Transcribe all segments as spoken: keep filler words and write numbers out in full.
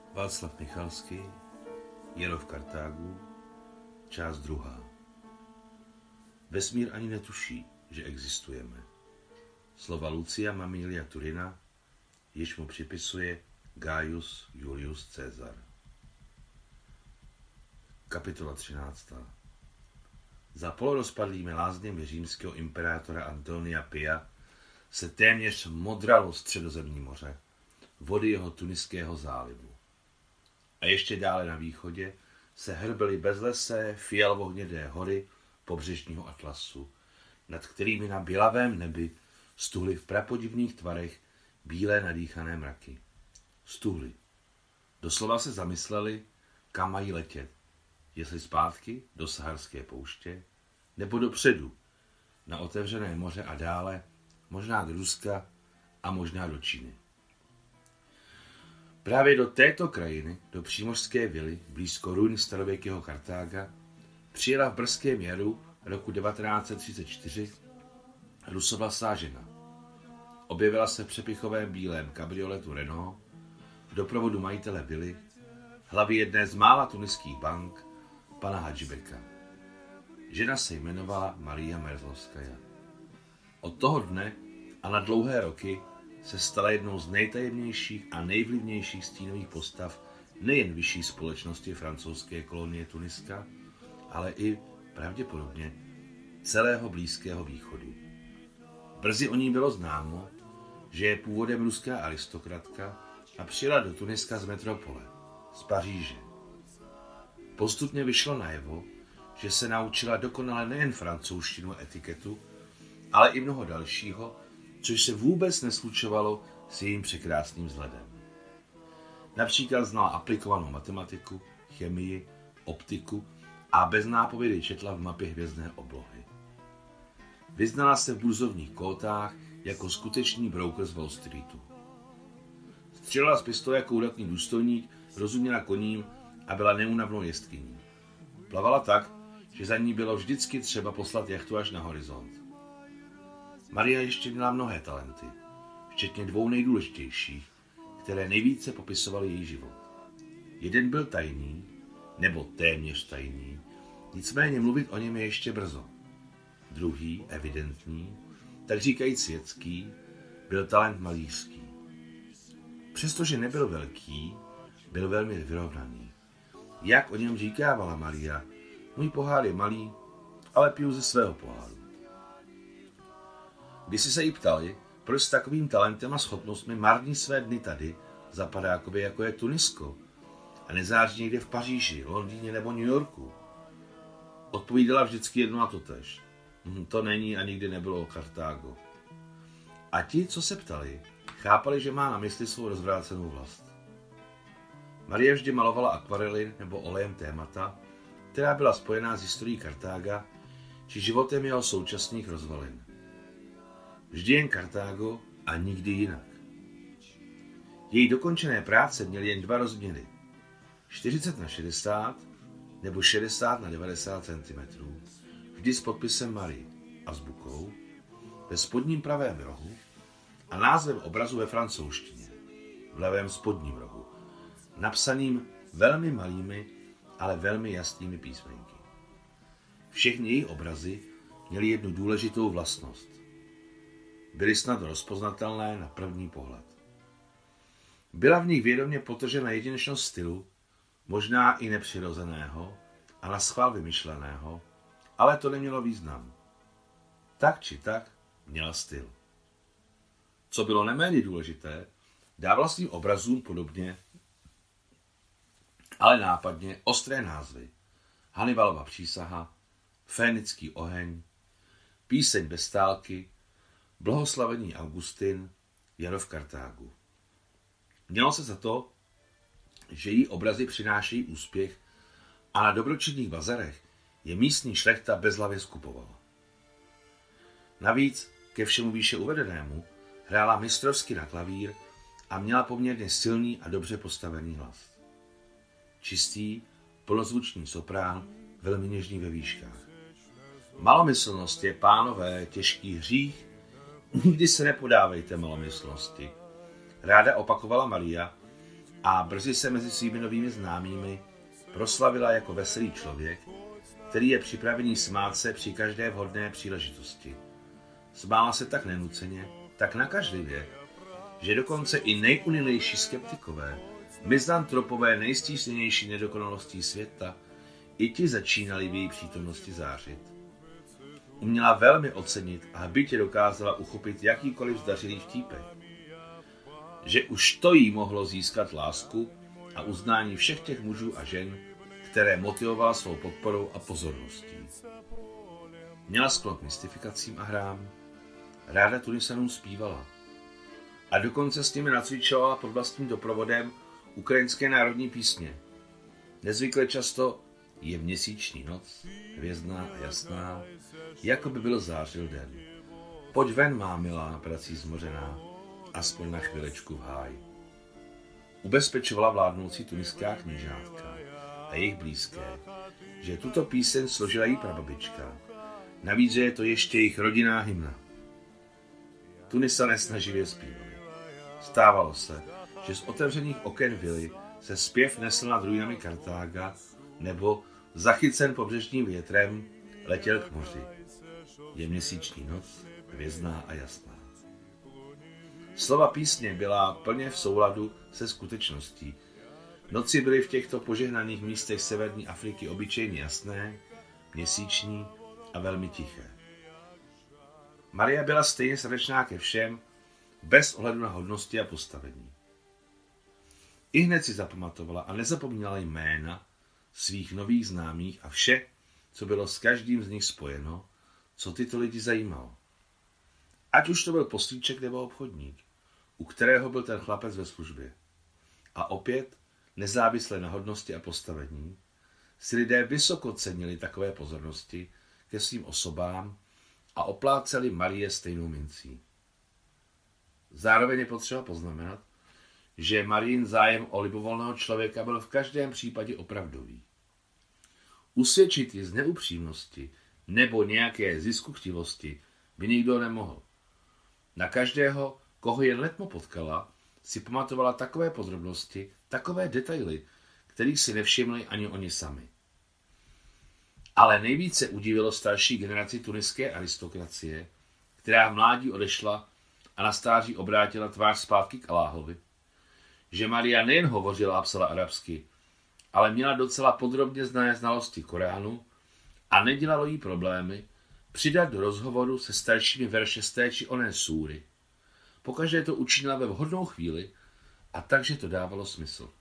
Václav Michalský, Jaro v Kartágu, část druhá. Vesmír ani netuší, že existujeme. Slova Lucia Mamilia Turina, jež mu připisuje Gaius Julius Caesar. Kapitola třináctá. Za polorozpadlými lázněmi římského imperátora Antonia Pia se téměř modralo Středozemní moře, vody jeho Tuniského zálivu. A ještě dále na východě se hrbely bezlesé fialovo-hnědé hory pobřežního Atlasu, nad kterými na bělavém nebi stuhly v prapodivných tvarech bílé nadýchané mraky. Stuhly. Doslova se zamysleli, kam mají letět. Jestli zpátky do Saharské pouště, nebo dopředu, na otevřené moře a dále, možná do Ruska a možná do Číny. Právě do této krajiny, do přímořské vily, blízko ruin starověkého Kartága, přijela v brzkém jaru roku devatenáct set třicet čtyři rusovlasá žena. Objevila se v přepichovém bílém kabrioletu Renault v doprovodu majitele vily, hlavy jedné z mála tuniských bank, pana Hadžibeka. Žena se jmenovala Maria Merzlovskaja. Od toho dne a na dlouhé roky se stala jednou z nejtajemnějších a nejvlivnějších stínových postav nejen vyšší společnosti francouzské kolonie Tuniska, ale i pravděpodobně celého Blízkého východu. Brzy o ní bylo známo, že je původem ruská aristokratka a přijela do Tuniska z metropole, z Paříže. Postupně vyšlo najevo, že se naučila dokonale nejen francouzštinu a etiketu, ale i mnoho dalšího, což se vůbec neslučovalo s jejím překrásným vzhledem. Například znala aplikovanou matematiku, chemii, optiku a bez nápovědy četla v mapě hvězdné oblohy. Vyznala se v burzovních kótách jako skutečný broker z Wall Streetu. Střelila z pistole jako udatný důstojník, rozuměla koním a byla neúnavnou jezdkyní. Plavala tak, že za ní bylo vždycky třeba poslat jachtu až na horizont. Maria ještě měla mnohé talenty, včetně dvou nejdůležitějších, které nejvíce popisovaly její život. Jeden byl tajný, nebo téměř tajný, nicméně mluvit o něm je ještě brzo. Druhý, evidentní, tak říkajíc světský, byl talent malířský. Přestože nebyl velký, byl velmi vyrovnaný. Jak o něm říkávala Maria, můj pohár je malý, ale piju ze svého poháru. Když si se jí ptali, proč s takovým talentem a schopnostmi marní své dny tady, za padákově jako je Tunisko, a nezáří někde v Paříži, Londýně nebo New Yorku. Odpovídala vždycky jedno a totéž. Hm, to není a nikdy nebylo Kartágo. A ti, co se ptali, chápali, že má na mysli svou rozvrácenou vlast. Marie vždy malovala akvarely nebo olejem témata, která byla spojená s historií Kartága či životem jeho současných rozvalin. Vždy jen Kartágo a nikdy jinak. Její dokončené práce měly jen dva rozměry. čtyřicet na šedesát nebo šedesát na devadesát centimetrů, vždy s podpisem Marie a s bukou, ve spodním pravém rohu a názvem obrazu ve francouzštině, v levém spodním rohu, napsaným velmi malými, ale velmi jasnými písmenky. Všechny její obrazy měly jednu důležitou vlastnost. Byly snad rozpoznatelné na první pohled. Byla v nich vědomě potržena jedinečnost stylu, možná i nepřirozeného a naschvál vymyšleného, ale to nemělo význam. Tak či tak měla styl. Co bylo neméně důležité, dávala svým obrazům podobně, ale nápadně ostré názvy. Hannibalova přísaha, Fénický oheň, Píseň bez stálky, Blahoslavený Augustin, Jaro v Kartágu. Mělo se za to, že její obrazy přinášejí úspěch a na dobročinných bazarech je místní šlechta bezhlavě skupovala. Navíc ke všemu výše uvedenému hrála mistrovsky na klavír a měla poměrně silný a dobře postavený hlas. Čistý, plnozvučný soprán, velmi něžný ve výškách. Malomyslnost je, pánové, těžký hřích, nikdy se nepodávejte malomyslnosti. Ráda opakovala Maria, a brzy se mezi svými novými známými proslavila jako veselý člověk, který je připravený smát se při každé vhodné příležitosti. Smála se tak nenuceně, tak nakažlivě, že dokonce i nejunilejší skeptikové, mizantropové nejstísněnější nedokonalostí světa, i ti začínali v její přítomnosti zářit. Uměla velmi ocenit a bytě dokázala uchopit jakýkoliv zdařilý vtípek. Že už to jí mohlo získat lásku a uznání všech těch mužů a žen, které motivovala svou podporou a pozorností. Měla sklon k mystifikacím a hrám, ráda Tunisanům zpívala a dokonce s nimi nacvičovala pod vlastním doprovodem ukrajinské národní písně. Nezvykle často je měsíční noc, hvězdná a jasná, jako by byl zářil den. Pojď ven, má milá, prací zmořená, aspoň na chvilečku v háji. Ubezpečovala vládnoucí tuniská knížátka a jejich blízké, že tuto píseň složila jí prababička. Navíc, že je to ještě jejich rodinná hymna. Tunisané snaživě zpívali. Stávalo se, že z otevřených oken vily se zpěv nesl nad ruinami Kartága nebo, zachycen pobřežním větrem, letěl k moři. Je měsíční noc, hvězdná a jasná. Slova písně byla plně v souladu se skutečností. Noci byly v těchto požehnaných místech severní Afriky obyčejně jasné, měsíční a velmi tiché. Maria byla stejně srdečná ke všem, bez ohledu na hodnosti a postavení. I hned si zapamatovala a nezapomínala jména svých nových známých a vše, co bylo s každým z nich spojeno, co tyto lidi zajímalo. Ať už to byl poslíček nebo obchodník, u kterého byl ten chlapec ve službě. A opět, nezávisle na hodnosti a postavení, si lidé vysoko cenili takové pozornosti ke svým osobám a opláceli Marie stejnou mincí. Zároveň je potřeba poznamenat, že Marijin zájem o libovolného člověka byl v každém případě opravdový. Usvědčit ji z neupřímnosti nebo nějaké ziskuchtivosti by nikdo nemohl. Na každého, koho jen letmo potkala, si pamatovala takové podrobnosti, takové detaily, kterých si nevšimli ani oni sami. Ale nejvíce udivilo starší generaci tuniské aristokracie, která v mládí odešla a na stáří obrátila tvář zpátky k Aláhovi, že Maria nejen hovořila a psala arabsky, ale měla docela podrobně znané znalosti Koránu a nedělalo jí problémy přidat do rozhovoru se staršími verše z té či oné súry. Pokaždé to učinila ve vhodnou chvíli a takže to dávalo smysl.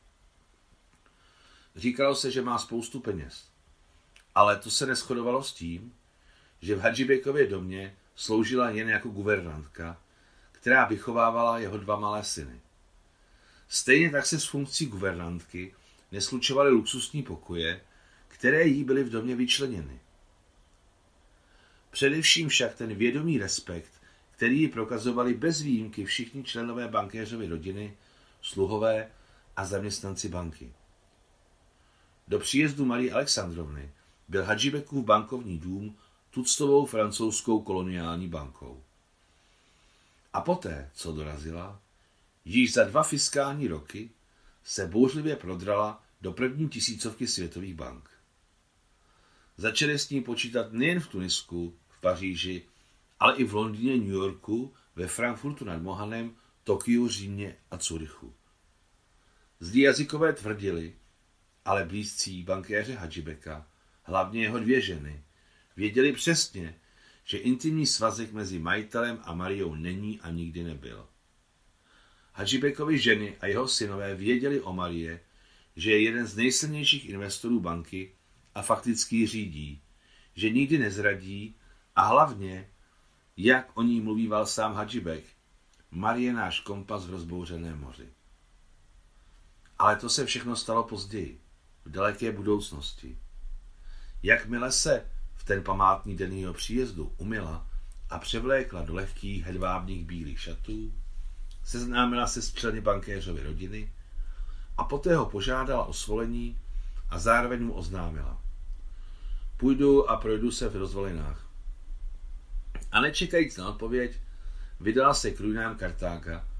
Říkalo se, že má spoustu peněz, ale to se neshodovalo s tím, že v Hadžibekově domě sloužila jen jako guvernantka, která vychovávala jeho dva malé syny. Stejně tak se s funkcí guvernantky neslučovaly luxusní pokoje, které jí byly v domě vyčleněny. Především však ten vědomý respekt, který ji prokazovali bez výjimky všichni členové bankéřovy rodiny, sluhové a zaměstnanci banky. Do příjezdu Marie Alexandrovny byl Hadžibekův bankovní dům tuctovou francouzskou koloniální bankou. A poté, co dorazila, již za dva fiskální roky se bouřlivě prodrala do první tisícovky světových bank. Začali s ní počítat nejen v Tunisku, v Paříži, ale i v Londýně, New Yorku, ve Frankfurtu nad Mohanem, Tokiu, Římě a Curychu. Zlí jazykové tvrdili, ale blízcí bankéře Hadžibeka, hlavně jeho dvě ženy, věděli přesně, že intimní svazek mezi majitelem a Mariou není a nikdy nebyl. Hadžibekovi ženy a jeho synové věděli o Marie, že je jeden z nejsilnějších investorů banky a fakticky ji řídí, že nikdy nezradí a hlavně, jak o ní mluvíval sám Hadžibek, Marie náš kompas v rozbouřeném moři. Ale to se všechno stalo později, v daleké budoucnosti. Jakmile se v ten památný den jeho příjezdu umyla a převlékla do lehkých hedvábných bílých šatů, seznámila se s členy bankéřovy rodiny a poté ho požádala o svolení a zároveň mu oznámila. Půjdu a projdu se v rozvolinách. A nečekajíc na odpověď, vydala se k ruinám Kartága,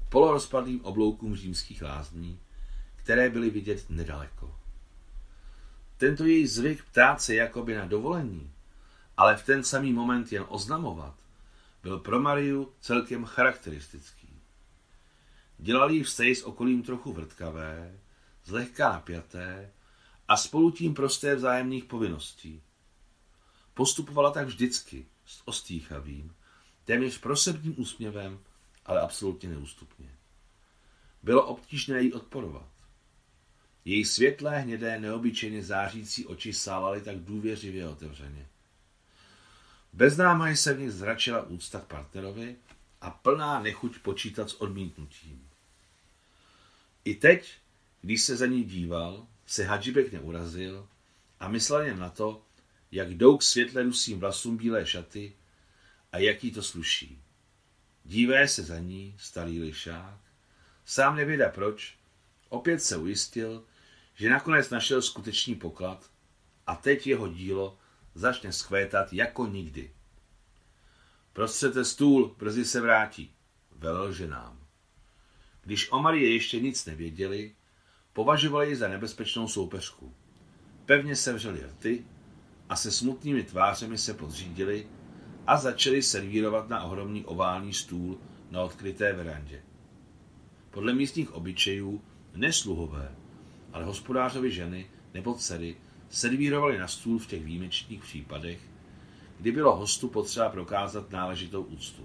polorozpadlým obloukům římských lázní, které byly vidět nedaleko. Tento její zvyk ptát se jakoby na dovolení, ale v ten samý moment jen oznamovat, byl pro Mariu celkem charakteristický. Dělal jí vztahy s okolím trochu vrtkavé, zlehka napjaté a spolu tím prosté vzájemných povinností. Postupovala tak vždycky s ostýchavým, téměř prosebným úsměvem, ale absolutně neústupně. Bylo obtížné jí odporovat. Její světlé, hnědé, neobyčejně zářící oči sálaly tak důvěřivě otevřeně. Beznámaj se v nich zračila úcta k partnerovi a plná nechuť počítat s odmítnutím. I teď, když se za ní díval, se Hadžibek neurazil a myslel jen na to, jak jdou k světle dusým vlasům bílé šaty a jaký to sluší. Dívé se za ní, starý lišák, sám nevědá proč, opět se ujistil, že nakonec našel skutečný poklad a teď jeho dílo začne skvétat jako nikdy. Prostřete stůl, brzy se vrátí, velel ženám. Když o Marii ještě nic nevěděli, považovali ji za nebezpečnou soupeřku. Pevně sevřeli rty a se smutnými tvářemi se podřídili a začali servírovat na ohromný oválný stůl na odkryté verandě. Podle místních obyčejů ne sluhové, ale hospodářovi ženy nebo dcery servírovali na stůl v těch výjimečných případech, kdy bylo hostu potřeba prokázat náležitou úctu.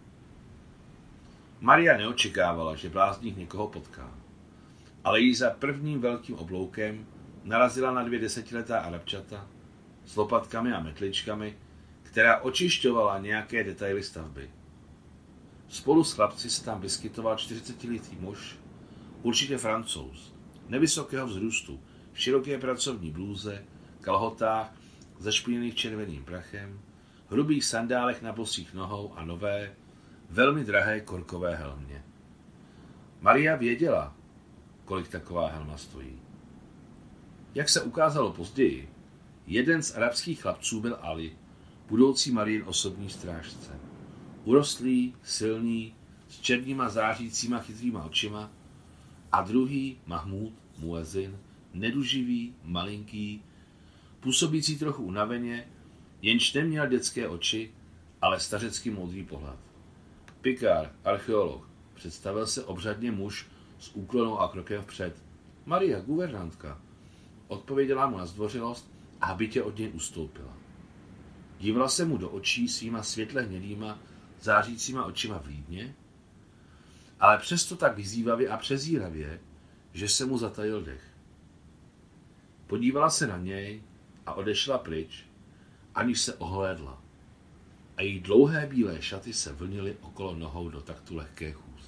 Maria neočekávala, že blázník někoho potká, ale jí za prvním velkým obloukem narazila na dvě desetiletá Arabčata s lopatkami a metličkami, která očišťovala nějaké detaily stavby. Spolu s chlapci se tam vyskytoval čtyřicetiletý muž, určitě Francouz, nevysokého vzrůstu, v široké pracovní blůze, kalhotách zašpiněných červeným prachem, hrubých sandálech na bosých nohou a nové, velmi drahé korkové helmě. Maria věděla, kolik taková helma stojí. Jak se ukázalo později, jeden z arabských chlapců byl Ali, budoucí Marijin osobní strážce. Urostlý, silný, s černýma zářícíma chytrýma očima, a druhý Mahmud, muezin, neduživý, malinký, působící trochu unaveně, jenž neměl dětské oči, ale stařecký moudrý pohled. Picard, archeolog, představil se obřadně muž s úklonou a krokem vpřed. Maria, guvernantka, odpověděla mu na zdvořilost a bytě od něj ustoupila. Dívala se mu do očí svýma světle hnědýma, zářícíma očima vlídně, ale přesto tak vyzývavě a přezíravě, že se mu zatajil dech. Podívala se na něj a odešla pryč, aniž se ohlédla. A její dlouhé bílé šaty se vlnily okolo nohou do taktu lehké chůze.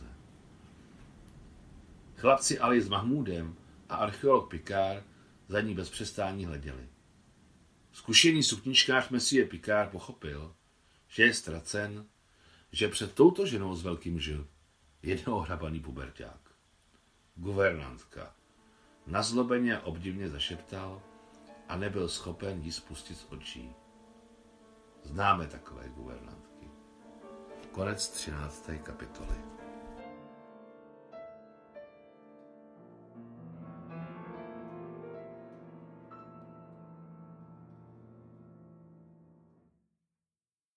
Chlapci Ali s Mahmudem a archeolog Picard za ní bez přestání hleděli. Zkušený sukničkář Monsieur Picard pochopil, že je ztracen, že před touto ženou s velkým Ž je neohrabaný puberťák. Guvernantka. Nazlobeně a obdivně zašeptal a nebyl schopen jí spustit z očí. Známe takové guvernantky. Konec třinácté kapitoly.